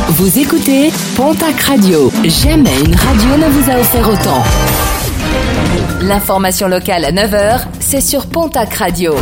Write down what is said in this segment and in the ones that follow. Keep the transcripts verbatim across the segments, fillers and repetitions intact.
Vous écoutez Pontac Radio. Jamais une radio ne vous a offert autant. L'information locale à neuf heures, c'est sur Pontac Radio.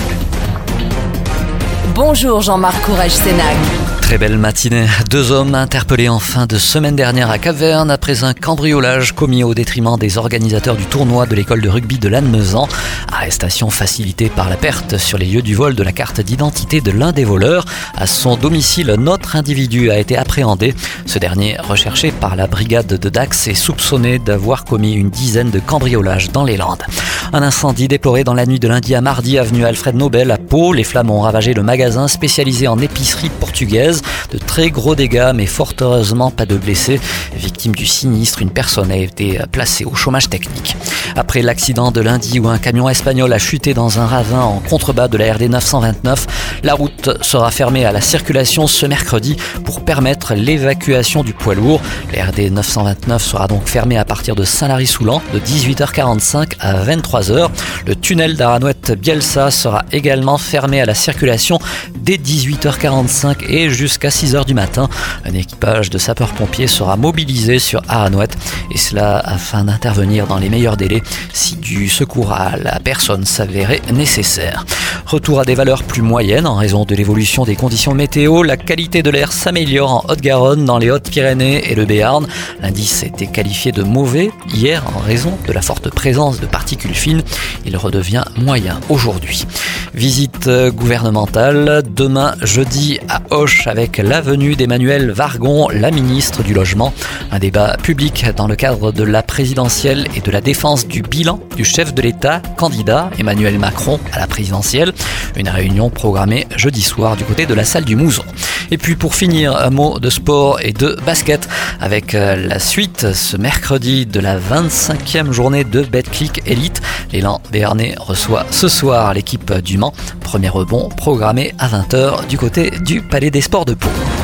Bonjour Jean-Marc Courage-Sénac. Très belle matinée. Deux hommes interpellés en fin de semaine dernière à Cap-Vern après un cambriolage commis au détriment des organisateurs du tournoi de l'école de rugby de Lannemezan. Arrestation facilitée par la perte sur les lieux du vol de la carte d'identité de l'un des voleurs. À son domicile, notre individu a été appréhendé. Ce dernier, recherché par la brigade de Dax, est soupçonné d'avoir commis une dizaine de cambriolages dans les Landes. Un incendie déploré dans la nuit de lundi à mardi, avenue Alfred Nobel à Pau. Les flammes ont ravagé le magasin spécialisé en épicerie portugaise. De très gros dégâts, mais fort heureusement pas de blessés. Victime du sinistre, une personne a été placée au chômage technique. Après l'accident de lundi où un camion espagnol a chuté dans un ravin en contrebas de la R D neuf cent vingt-neuf, la route sera fermée à la circulation ce mercredi pour permettre l'évacuation du poids lourd. La R D neuf cent vingt-neuf sera donc fermée à partir de Saint-Lary-Soulan de dix-huit heures quarante-cinq à vingt-trois heures. Le tunnel d'Aranouet-Bielsa sera également fermé à la circulation dès dix-huit heures quarante-cinq et jusqu'à six heures du matin. Un équipage de sapeurs-pompiers sera mobilisé sur Aranouet et cela afin d'intervenir dans les meilleurs délais si du secours à la personne s'avérait nécessaire. Retour à des valeurs plus moyennes en raison de l'évolution des conditions météo. La qualité de l'air s'améliore en Haute-Garonne, dans les Hautes-Pyrénées et le Béarn. L'indice a été qualifié de mauvais hier en raison de la forte présence de particules fines. Il redevient moyen aujourd'hui. Visite gouvernementale demain jeudi à Auch avec la venue d'Emmanuelle Wargon, la ministre du Logement. Un débat public dans le cadre de la présidentielle et de la défense du bilan du chef de l'État, candidat Emmanuel Macron à la présidentielle. Une réunion programmée jeudi soir du côté de la salle du Mouzon. Et puis pour finir, un mot de sport et de basket avec la suite ce mercredi de la vingt-cinquième journée de Betclic Elite. L'élan béarnais reçoit ce soir l'équipe du Mans. Premier rebond programmé à vingt heures du côté du Palais des Sports de Pau.